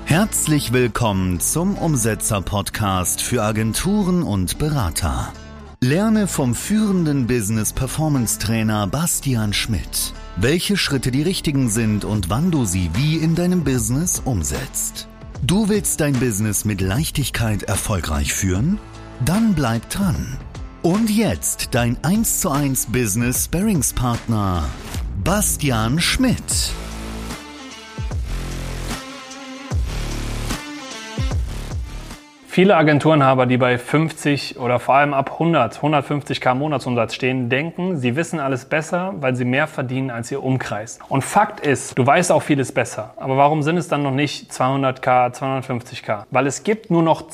Herzlich willkommen zum Umsetzer-Podcast für Agenturen und Berater. Lerne vom führenden Business-Performance-Trainer Bastian Schmidt, welche Schritte die richtigen sind und wann du sie wie in deinem Business umsetzt. Du willst dein Business mit Leichtigkeit erfolgreich führen? Dann bleib dran. Und jetzt dein 1:1 Business-Sparringspartner Bastian Schmidt. Viele Agenturenhaber, die bei 50 oder vor allem ab 150k Monatsumsatz stehen, denken, sie wissen alles besser, weil sie mehr verdienen als ihr Umkreis. Und Fakt ist, du weißt auch vieles besser. Aber warum sind es dann noch nicht 200k, 250k? Weil es gibt nur noch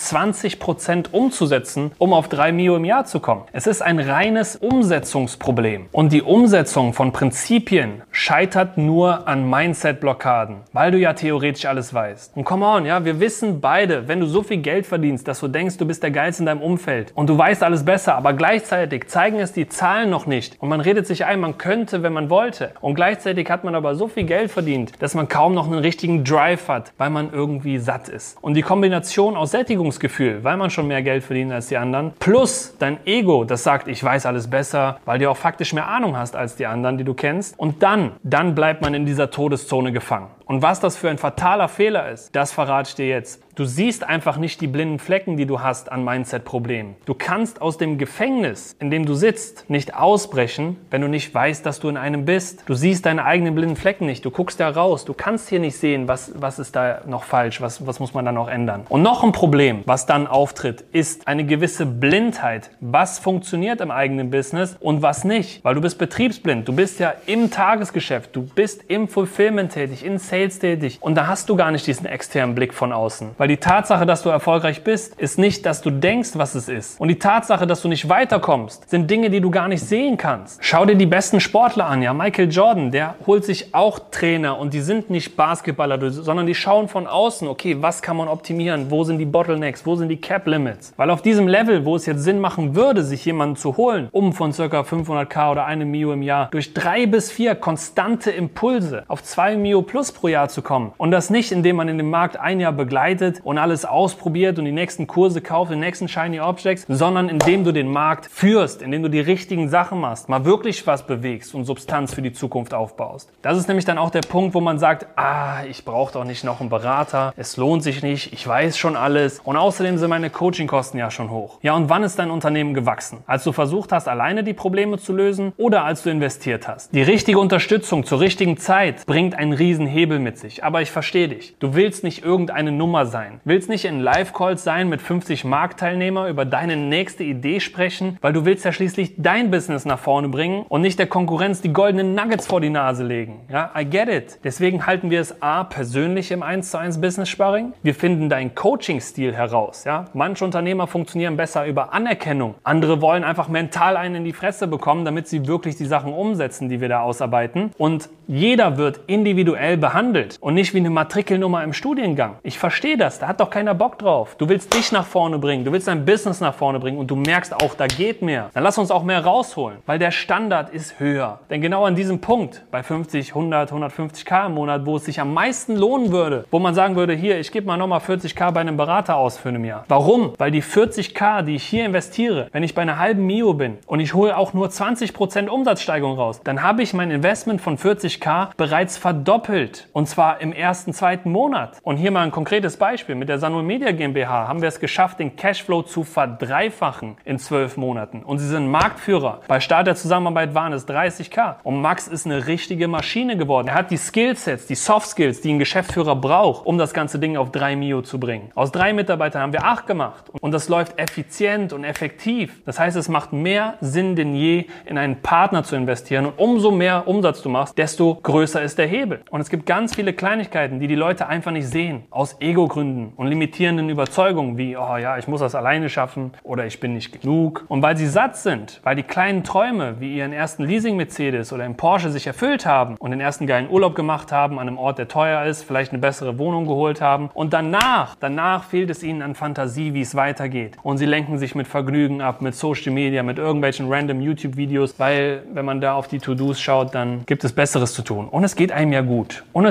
20% umzusetzen, um auf 3 Mio im Jahr zu kommen. Es ist ein reines Umsetzungsproblem. Und die Umsetzung von Prinzipien scheitert nur an Mindset-Blockaden, weil du ja theoretisch alles weißt. Und come on, ja, wir wissen beide, wenn du so viel Geld verdienst, dass du denkst, du bist der Geilste in deinem Umfeld und du weißt alles besser, aber gleichzeitig zeigen es die Zahlen noch nicht und man redet sich ein, man könnte, wenn man wollte, und gleichzeitig hat man aber so viel Geld verdient, dass man kaum noch einen richtigen Drive hat, weil man irgendwie satt ist. Und die Kombination aus Sättigungsgefühl, weil man schon mehr Geld verdient als die anderen, plus dein Ego, das sagt, ich weiß alles besser, weil du auch faktisch mehr Ahnung hast als die anderen, die du kennst, und dann bleibt man in dieser Todeszone gefangen. Und was das für ein fataler Fehler ist, das verrate ich dir jetzt. Du siehst einfach nicht die blinden Flecken, die du hast an Mindset-Problemen. Du kannst aus dem Gefängnis, in dem du sitzt, nicht ausbrechen, wenn du nicht weißt, dass du in einem bist. Du siehst deine eigenen blinden Flecken nicht. Du guckst da raus. Du kannst hier nicht sehen, was ist da noch falsch, was muss man da noch ändern. Und noch ein Problem, was dann auftritt, ist eine gewisse Blindheit. Was funktioniert im eigenen Business und was nicht? Weil du bist betriebsblind. Du bist ja im Tagesgeschäft. Du bist im Fulfillment tätig, in Sales tätig. Und da hast du gar nicht diesen externen Blick von außen. Weil die Tatsache, dass du erfolgreich bist, ist nicht, dass du denkst, was es ist. Und die Tatsache, dass du nicht weiterkommst, sind Dinge, die du gar nicht sehen kannst. Schau dir die besten Sportler an. Ja, Michael Jordan, der holt sich auch Trainer und die sind nicht Basketballer, sondern die schauen von außen, okay, was kann man optimieren? Wo sind die Bottlenecks? Wo sind die Cap Limits? Weil auf diesem Level, wo es jetzt Sinn machen würde, sich jemanden zu holen, um von ca. 500k oder 1 Mio im Jahr durch 3 bis 4 konstante Impulse auf 2 Mio plus pro Jahr zu kommen. Und das nicht, indem man in dem Markt ein Jahr begleitet und alles ausprobiert und die nächsten Kurse kauft, die nächsten Shiny Objects, sondern indem du den Markt führst, indem du die richtigen Sachen machst, mal wirklich was bewegst und Substanz für die Zukunft aufbaust. Das ist nämlich dann auch der Punkt, wo man sagt, ich brauche doch nicht noch einen Berater, es lohnt sich nicht, ich weiß schon alles und außerdem sind meine Coachingkosten ja schon hoch. Ja, und wann ist dein Unternehmen gewachsen? Als du versucht hast, alleine die Probleme zu lösen oder als du investiert hast? Die richtige Unterstützung zur richtigen Zeit bringt einen riesen Hebel mit sich. Aber ich verstehe dich. Du willst nicht irgendeine Nummer sein. Willst nicht in Live-Calls sein mit 50 Marktteilnehmer, über deine nächste Idee sprechen, weil du willst ja schließlich dein Business nach vorne bringen und nicht der Konkurrenz die goldenen Nuggets vor die Nase legen. Ja, I get it. Deswegen halten wir es persönlich im 1:1 Business Sparring. Wir finden deinen Coaching-Stil heraus. Ja? Manche Unternehmer funktionieren besser über Anerkennung. Andere wollen einfach mental einen in die Fresse bekommen, damit sie wirklich die Sachen umsetzen, die wir da ausarbeiten. Und jeder wird individuell behandelt und nicht wie eine Matrikelnummer im Studiengang. Ich verstehe das, da hat doch keiner Bock drauf. Du willst dich nach vorne bringen, du willst dein Business nach vorne bringen und du merkst auch, da geht mehr. Dann lass uns auch mehr rausholen, weil der Standard ist höher. Denn genau an diesem Punkt, bei 50, 100, 150k im Monat, wo es sich am meisten lohnen würde, wo man sagen würde, hier, ich gebe mal nochmal 40k bei einem Berater aus für ein Jahr. Warum? Weil die 40k, die ich hier investiere, wenn ich bei einer halben Mio bin und ich hole auch nur 20% Umsatzsteigerung raus, dann habe ich mein Investment von 40k bereits verdoppelt. Und zwar im ersten, zweiten Monat. Und hier mal ein konkretes Beispiel. Mit der Sanul Media GmbH haben wir es geschafft, den Cashflow zu verdreifachen in 12 Monaten. Und sie sind Marktführer. Bei Start der Zusammenarbeit waren es 30k. Und Max ist eine richtige Maschine geworden. Er hat die Skillsets, die Soft Skills, die ein Geschäftsführer braucht, um das ganze Ding auf 3 Mio zu bringen. Aus 3 Mitarbeitern haben wir 8 gemacht. Und das läuft effizient und effektiv. Das heißt, es macht mehr Sinn denn je, in einen Partner zu investieren. Und umso mehr Umsatz du machst, desto größer ist der Hebel. Und es gibt ganz viele Kleinigkeiten, die Leute einfach nicht sehen. Aus Ego-Gründen und limitierenden Überzeugungen wie, oh ja, ich muss das alleine schaffen oder ich bin nicht genug. Und weil sie satt sind, weil die kleinen Träume wie ihren ersten Leasing-Mercedes oder im Porsche sich erfüllt haben und den ersten geilen Urlaub gemacht haben an einem Ort, der teuer ist, vielleicht eine bessere Wohnung geholt haben und danach fehlt es ihnen an Fantasie, wie es weitergeht. Und sie lenken sich mit Vergnügen ab, mit Social Media, mit irgendwelchen random YouTube-Videos, weil wenn man da auf die To-Dos schaut, dann gibt es Besseres zu tun. Und es geht einem ja gut. Und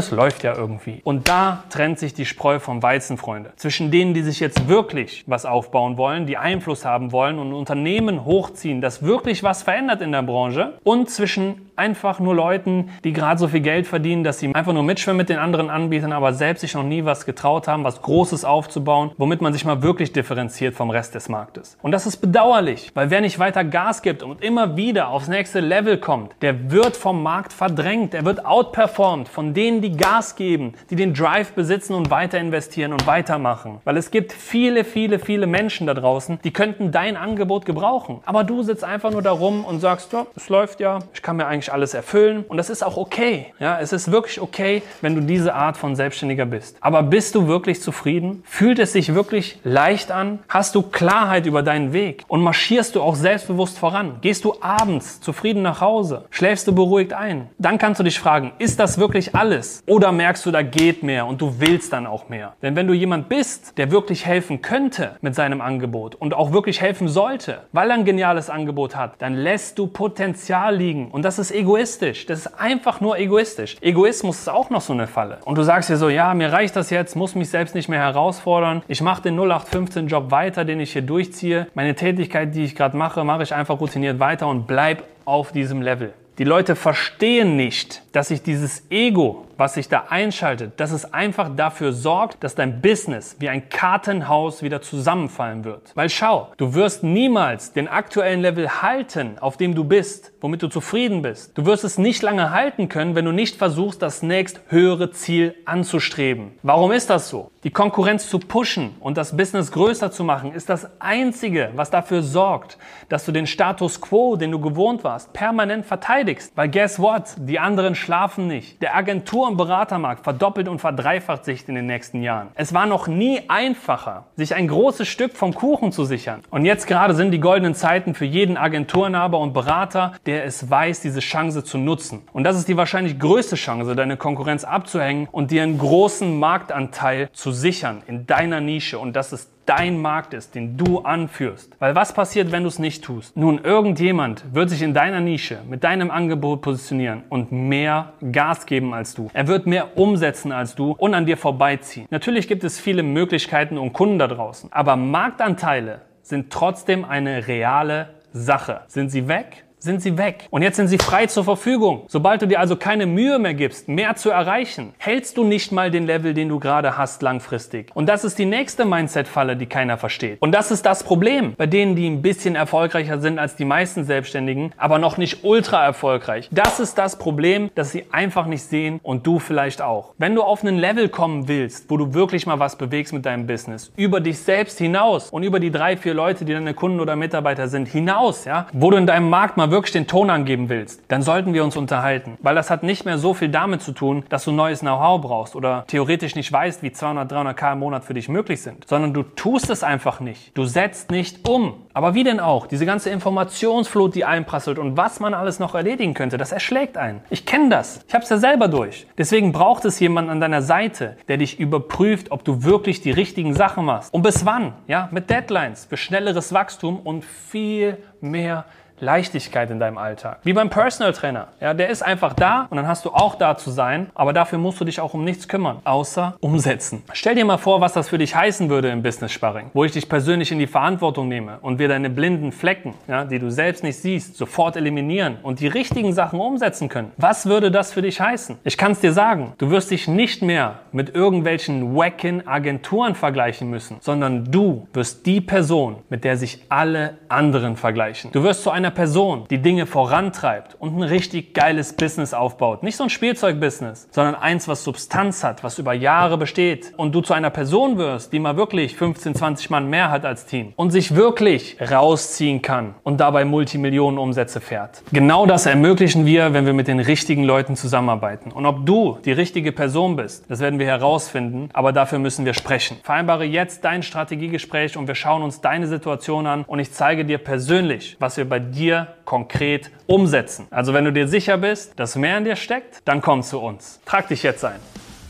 Alles läuft ja irgendwie. Und da trennt sich die Spreu vom Weizen, Freunde. Zwischen denen, die sich jetzt wirklich was aufbauen wollen, die Einfluss haben wollen und ein Unternehmen hochziehen, das wirklich was verändert in der Branche, und zwischen einfach nur Leuten, die gerade so viel Geld verdienen, dass sie einfach nur mitschwimmen mit den anderen Anbietern, aber selbst sich noch nie was getraut haben, was Großes aufzubauen, womit man sich mal wirklich differenziert vom Rest des Marktes. Und das ist bedauerlich, weil wer nicht weiter Gas gibt und immer wieder aufs nächste Level kommt, der wird vom Markt verdrängt, der wird outperformed von denen, die Gas geben, die den Drive besitzen und weiter investieren und weitermachen. Weil es gibt viele, viele, viele Menschen da draußen, die könnten dein Angebot gebrauchen. Aber du sitzt einfach nur da rum und sagst, ja, es läuft ja, ich kann mir eigentlich alles erfüllen. Und das ist auch okay. Ja, es ist wirklich okay, wenn du diese Art von Selbstständiger bist. Aber bist du wirklich zufrieden? Fühlt es sich wirklich leicht an? Hast du Klarheit über deinen Weg? Und marschierst du auch selbstbewusst voran? Gehst du abends zufrieden nach Hause? Schläfst du beruhigt ein? Dann kannst du dich fragen, ist das wirklich alles? Oder merkst du, da geht mehr und du willst dann auch mehr? Denn wenn du jemand bist, der wirklich helfen könnte mit seinem Angebot und auch wirklich helfen sollte, weil er ein geniales Angebot hat, dann lässt du Potenzial liegen. Und das ist egoistisch. Das ist einfach nur egoistisch. Egoismus ist auch noch so eine Falle. Und du sagst dir so, ja, mir reicht das jetzt, muss mich selbst nicht mehr herausfordern. Ich mache den 0815-Job weiter, den ich hier durchziehe. Meine Tätigkeit, die ich gerade mache, mache ich einfach routiniert weiter und bleib auf diesem Level. Die Leute verstehen nicht, dass sich dieses Ego, was sich da einschaltet, dass es einfach dafür sorgt, dass dein Business wie ein Kartenhaus wieder zusammenfallen wird. Weil schau, du wirst niemals den aktuellen Level halten, auf dem du bist, womit du zufrieden bist. Du wirst es nicht lange halten können, wenn du nicht versuchst, das nächst höhere Ziel anzustreben. Warum ist das so? Die Konkurrenz zu pushen und das Business größer zu machen, ist das Einzige, was dafür sorgt, dass du den Status quo, den du gewohnt warst, permanent verteidigst. Weil guess what? Die anderen schlafen nicht. Der Agentur- und Beratermarkt verdoppelt und verdreifacht sich in den nächsten Jahren. Es war noch nie einfacher, sich ein großes Stück vom Kuchen zu sichern. Und jetzt gerade sind die goldenen Zeiten für jeden Agenturinhaber und Berater, der es weiß, diese Chance zu nutzen. Und das ist die wahrscheinlich größte Chance, deine Konkurrenz abzuhängen und dir einen großen Marktanteil zu sichern in deiner Nische. Und das ist dein Markt ist, den du anführst. Weil was passiert, wenn du es nicht tust? Nun, irgendjemand wird sich in deiner Nische mit deinem Angebot positionieren und mehr Gas geben als du. Er wird mehr umsetzen als du und an dir vorbeiziehen. Natürlich gibt es viele Möglichkeiten und Kunden da draußen, aber Marktanteile sind trotzdem eine reale Sache. Sind sie weg? Sind sie weg. Und jetzt sind sie frei zur Verfügung. Sobald du dir also keine Mühe mehr gibst, mehr zu erreichen, hältst du nicht mal den Level, den du gerade hast, langfristig. Und das ist die nächste Mindset-Falle, die keiner versteht. Und das ist das Problem bei denen, die ein bisschen erfolgreicher sind als die meisten Selbstständigen, aber noch nicht ultra erfolgreich. Das ist das Problem, das sie einfach nicht sehen und du vielleicht auch. Wenn du auf einen Level kommen willst, wo du wirklich mal was bewegst mit deinem Business, über dich selbst hinaus und über die 3, 4 Leute, die deine Kunden oder Mitarbeiter sind, hinaus, ja, wo du in deinem Markt mal wirklich den Ton angeben willst, dann sollten wir uns unterhalten. Weil das hat nicht mehr so viel damit zu tun, dass du neues Know-how brauchst oder theoretisch nicht weißt, wie 200, 300k im Monat für dich möglich sind, sondern du tust es einfach nicht. Du setzt nicht um. Aber wie denn auch? Diese ganze Informationsflut, die einprasselt und was man alles noch erledigen könnte, das erschlägt einen. Ich kenne das. Ich habe es ja selber durch. Deswegen braucht es jemanden an deiner Seite, der dich überprüft, ob du wirklich die richtigen Sachen machst. Und bis wann? Ja, mit Deadlines für schnelleres Wachstum und viel mehr Leichtigkeit in deinem Alltag. Wie beim Personal Trainer. Ja, der ist einfach da und dann hast du auch da zu sein, aber dafür musst du dich auch um nichts kümmern, außer umsetzen. Stell dir mal vor, was das für dich heißen würde im Business-Sparring, wo ich dich persönlich in die Verantwortung nehme und wir deine blinden Flecken, ja, die du selbst nicht siehst, sofort eliminieren und die richtigen Sachen umsetzen können. Was würde das für dich heißen? Ich kann es dir sagen, du wirst dich nicht mehr mit irgendwelchen wacken Agenturen vergleichen müssen, sondern du wirst die Person, mit der sich alle anderen vergleichen. Du wirst zu einer Person, die Dinge vorantreibt und ein richtig geiles Business aufbaut. Nicht so ein Spielzeugbusiness, sondern eins, was Substanz hat, was über Jahre besteht. Und du zu einer Person wirst, die mal wirklich 15, 20 Mann mehr hat als Team und sich wirklich rausziehen kann und dabei Multimillionen Umsätze fährt. Genau das ermöglichen wir, wenn wir mit den richtigen Leuten zusammenarbeiten. Und ob du die richtige Person bist, das werden wir herausfinden, aber dafür müssen wir sprechen. Vereinbare jetzt dein Strategiegespräch und wir schauen uns deine Situation an und ich zeige dir persönlich, was wir bei dir konkret umsetzen. Also wenn du dir sicher bist, dass mehr in dir steckt, dann komm zu uns. Trag dich jetzt ein.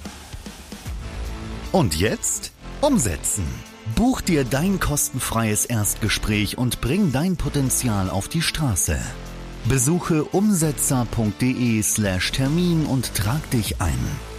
Und jetzt umsetzen. Buch dir dein kostenfreies Erstgespräch und bring dein Potenzial auf die Straße. Besuche umsetzer.de/Termin und trag dich ein.